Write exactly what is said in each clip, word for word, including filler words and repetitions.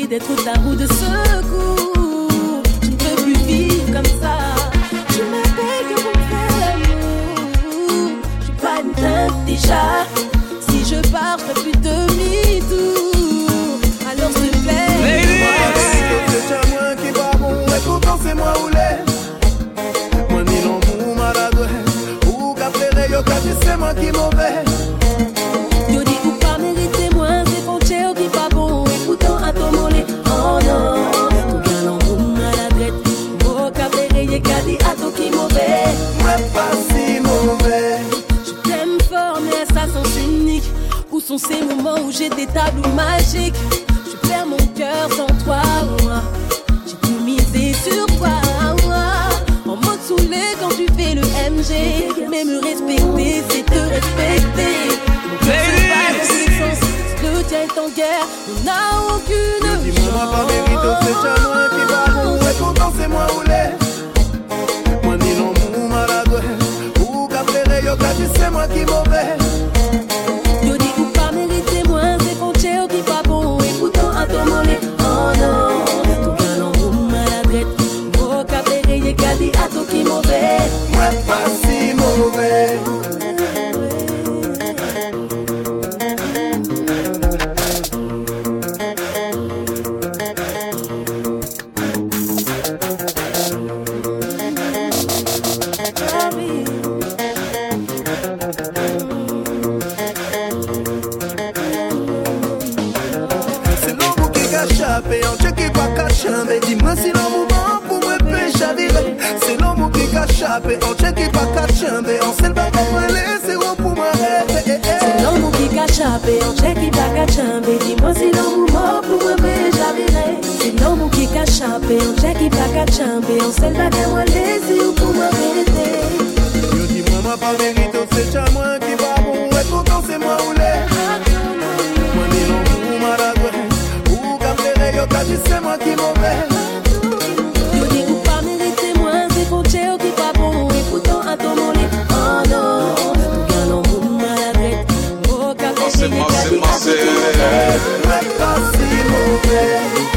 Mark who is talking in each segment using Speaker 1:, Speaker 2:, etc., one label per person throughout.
Speaker 1: d'être ta roue de secours. Je ne peux plus vivre comme ça. Je m'appelle que pour faire l'amour. Je suis pas une teinte déjà. Si je pars, je fais plus demi-tour. Alors s'il te plaît,
Speaker 2: moi, c'est moi qui va bon. Et pourtant c'est moi où l'est. Moi ni l'amour malade. Ou qu'à faire yo qu'à dire c'est moi qui mauvais.
Speaker 1: Yo dit ou pas mériter moi, c'est ton tchèo qui pas bon. Et pourtant à ton mollet, oh non. Tout qu'à l'amour maladrette. Moi qu'à faire yo qu'à dire à ton qui mauvais.
Speaker 2: Moi pas si mauvais.
Speaker 1: Je t'aime fort mais ça sens unique. Où sont ces moments où j'ai des tableaux magiques? Je perds mon cœur sans toi, moi. J'ai tout misé sur toi, moi. En mode saoulé quand tu fais le M G. Mais me respecter, c'est te respecter. Mon cœur se bat dans tous les sens. Le tien est en guerre, on n'a aucune chance.
Speaker 2: Dis-moi pas mérite, c'est moi qui va bon. Et pourtant c'est moi où l'est. Moi ni l'amour malade. Ou qu'à faire yo qu'à dire c'est moi qui mauvais.
Speaker 1: Yo dis ou pas mériter moi, c'est ton tchèo qui pas bon. Et pourtant à ton mollet, oh non. Tout qu'à l'amour maladrette. Moi qu'à faire yo qu'à dire à ton qui mauvais.
Speaker 2: Moi pas si mauvais. On check pas cachambe. Dis-moi si l'amour pour me pêcher à virer. C'est l'amour qui cachape. On check pas cachambe. On sait pas comment laisser pour m'arrêter.
Speaker 1: C'est l'amour qui cachape. On check pas cachambe. Dis-moi si l'amour pour me pêcher à virer. C'est l'amour qui cachape. On check pas cachambe. On sait pas comment laisser pour m'arrêter.
Speaker 2: Yo dis-moi moi pas mérite. C'est à moi qui va bon. Et pourtant c'est moi où l'est. Moi ni l'amour malade. Yo qu'à dire c'est moi qui mauvais.
Speaker 1: Yo dis ou pas mériter moi, c'est ton tchèo qui pas bon. Et pourtant à ton mollet, oh non. Tout qu'à l'amour maladrette. Oh qu'à faire
Speaker 3: c'est moi, c'est moi, c'est
Speaker 2: moi pas si mauvais.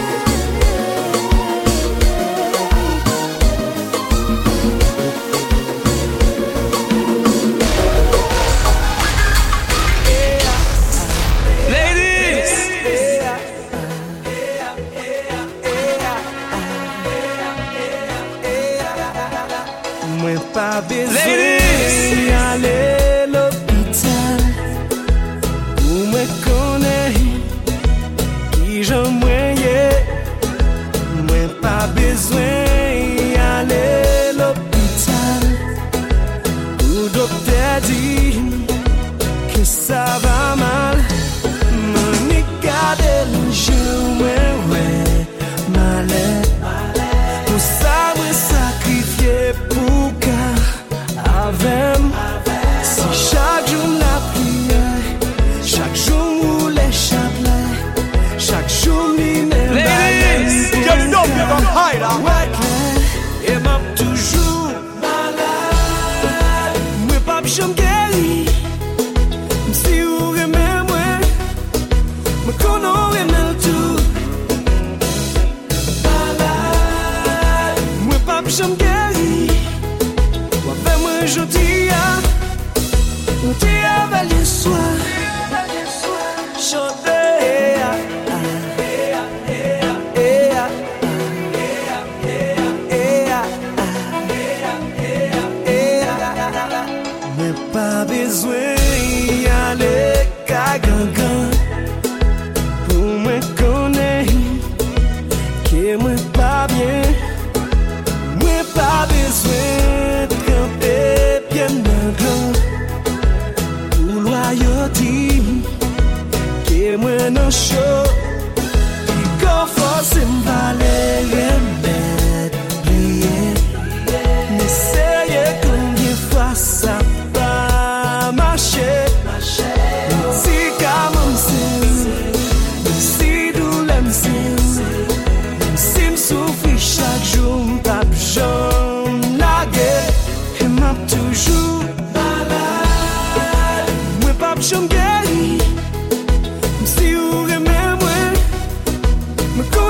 Speaker 2: Pas besoin d'aller l'hôpital pour me connaître qui j'en moyen. Moi pas besoin d'aller l'hôpital pour docteur dit que ça va mal. Mon garde le jour ouais ouais malais pour ça me sacrifier pour si chaque jour la prière, chaque jour les chapelets, chaque jour m'y-même
Speaker 4: Ladies, you know you're on high now.
Speaker 2: Et m'a toujours malade. Moi pas j'aime guéri. Si vous aimez moi, me connais même tout. Malade. Moi pas j'aime guéri. Je dis à on dit à valer soir chanter mais pas besoin d'aller cagangan pour me connaître que moi pas bien moi pas besoin pour loyauté que moi non chaud qui force me valer remède prier mais c'est combien fois ça va marcher si comme si douleur si me souffrir chaque jour pas j'en naguer et m'a toujours j'aime guéri. Si vous aimez moi, me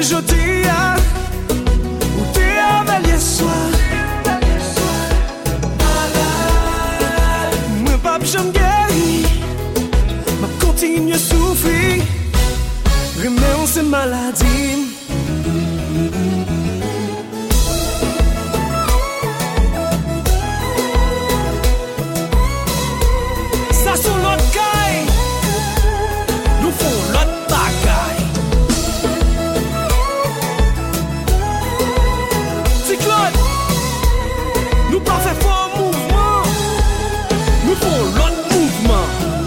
Speaker 2: je dis à où t'es avec les soirs. Moi pas j'aime guéri, ma continue souffrir. Remets ces maladies. Ça sur l'autre caille, nous font l'autre bagaille. Cyclone, nous pas fait fort mouvement, nous font l'autre mouvement.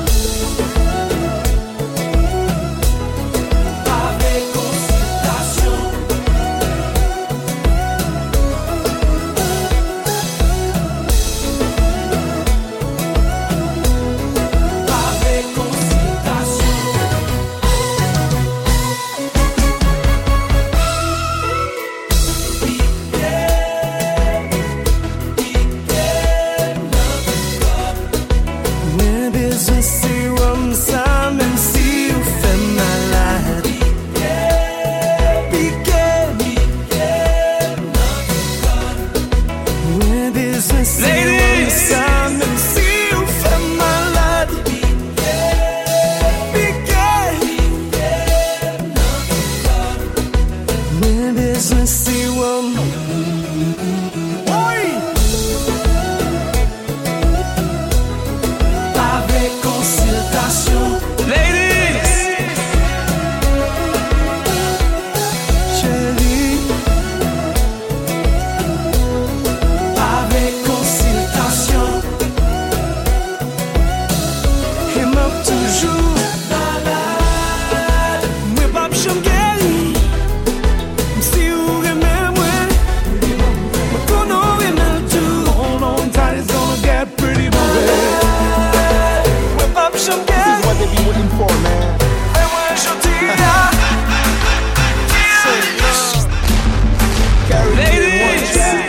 Speaker 2: Avec consultation, avec consultation. Mais besoin c'est comme ça, même si vous faites malade. Piqué, mais besoin c'est comme ça, même si vous faites malade. Piqué, mais besoin c'est comme avec consultation. Ladies, chérie, avec consultation. Et moi toujours malade. Moi pas j'aime guéri. Si vous aimez moi, moi qu'on aime tout. Hold on tight, it's gonna get pretty bumpy. Moi pas j'aime guéri.
Speaker 3: This is what they be waiting for, man.
Speaker 2: Et moi je dis là.
Speaker 3: Caribbean one
Speaker 2: Ladies.
Speaker 3: track.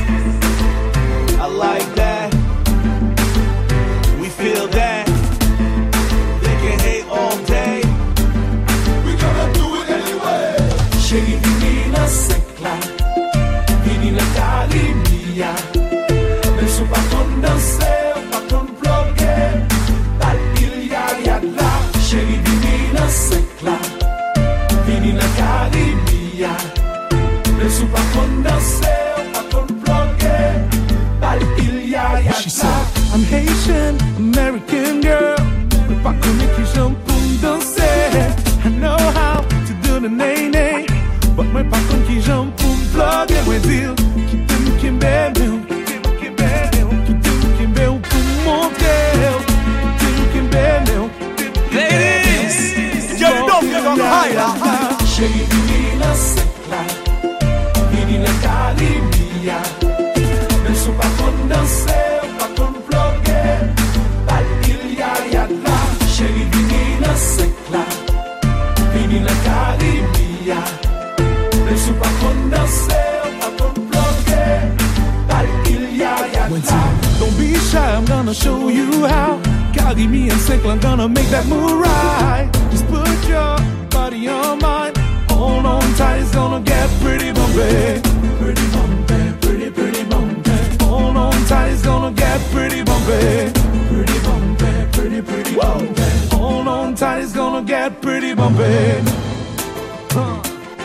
Speaker 3: I like that. We feel that. They can hate all day. We gonna do it anyway.
Speaker 2: Chérie, vini na secla, vini na Calimia. Même si pas qu'on danser, pas qu'on bloquer, tal il y a y a là. Chérie, vini na secla, vini na Calimia. Même si pas qu'on danser, pas qu'on bloquer, tal il y a y a là. She said, I'm Haitian, American girl, mais pas comme qui j'aime pour danser. I know how to do the nay-nay, but moi pas comme qui j'aime pour plugger, moi dire, qui t'aime, qui m'aime, qui t'aime, qui m'aime, qui t'aime, qui m'aime pour montrer, qui t'aime, qui m'aime,
Speaker 4: Ladies, get it up, get on higher.
Speaker 2: Chérie, vini na secla, vini na Calimia. Même si pas qu'on danser, pas qu'on bloquer, tal il y a y a là. Chérie, vini na secla, vini na Calimia. Même si pas qu'on danser, pas qu'on bloquer, tal il y a y a là. Don't be shy, I'm gonna show you how. Calimia and Secla, I'm gonna make that move right. Just put your body on mine. Hold on tight, it's gonna get pretty bumpy. Pretty bumpy, pretty, pretty bumpy. Hold on tight, it's gonna get pretty bumpy. Pretty bumpy, pretty, pretty bumpy. Hold on tight, it's gonna get pretty bumpy. Huh.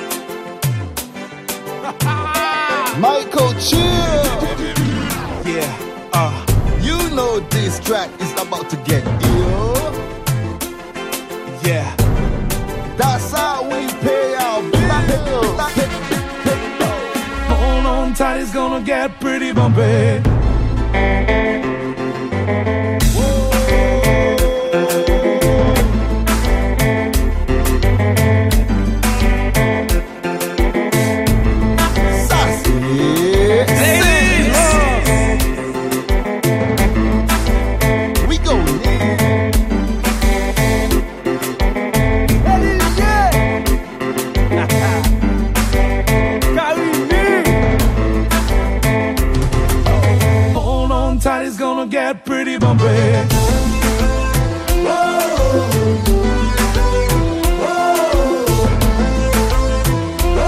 Speaker 3: Michael Chill.
Speaker 4: Yeah, uh,
Speaker 3: You know this track is about to get ill.
Speaker 4: yeah.
Speaker 3: That's how we pay our bills.
Speaker 2: Hold on tight, it's gonna get pretty bumpy.
Speaker 3: We go.
Speaker 2: get pretty bumpy. Whoa, whoa, whoa.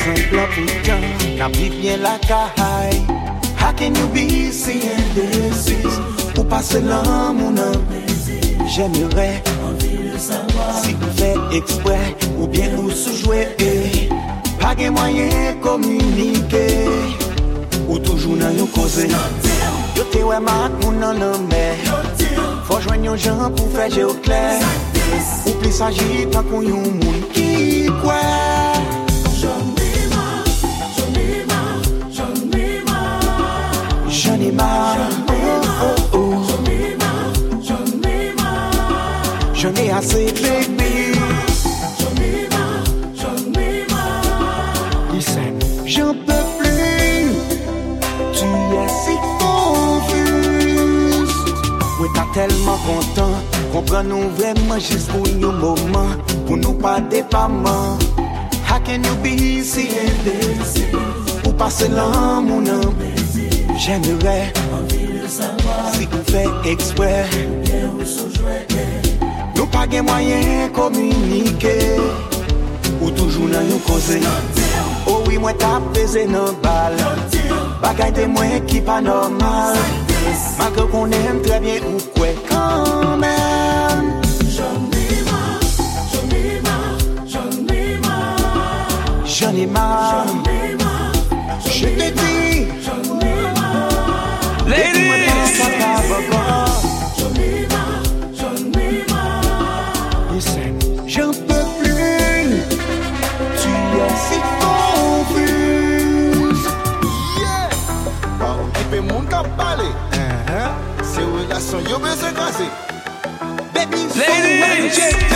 Speaker 5: semblant pourtant, n'a plus bien la caille. How can you be si indécise? Ou passer l'amour non? J'aimerais si vous faites exprès ou bien vous sous-jouez. Pas de moyen de communiquer ou toujours dans une cause. Yo te ouais mat moun nan l'homme. Faut joindre un gens pour faire géo clair. Ou plus s'agit tant qu'on yon moun qui quoi. J'en ai marre, oh oh oh. J'en ai assez, baby. Listen, j'en peux plus. Tu es si confuse. Oui, t'as tellement content. Comprends-nous vraiment juste pour un moment. Pour nous pas dépamment. How can you be si indécis? Pour passer l'amour non? J'aimerais si vous faites exprès. Nous pas de moyens de communiquer ou toujours dans une cause. Oh oui, moi t'as pesé nos balles. Bagaille de moi qui pas normal. Malgré qu'on aime très bien ou quoi quand même. J'en ai marre, j'en ai marre, j'en ai marre. J'en ai marre, je te dis.
Speaker 4: Ladies!
Speaker 5: J'en peux plus. Tu es si confuse.
Speaker 6: Yeah. Wow, et puis mon cap parler. Uh-huh. C'est relation yo besoin casser.
Speaker 5: Baby,
Speaker 4: Ladies!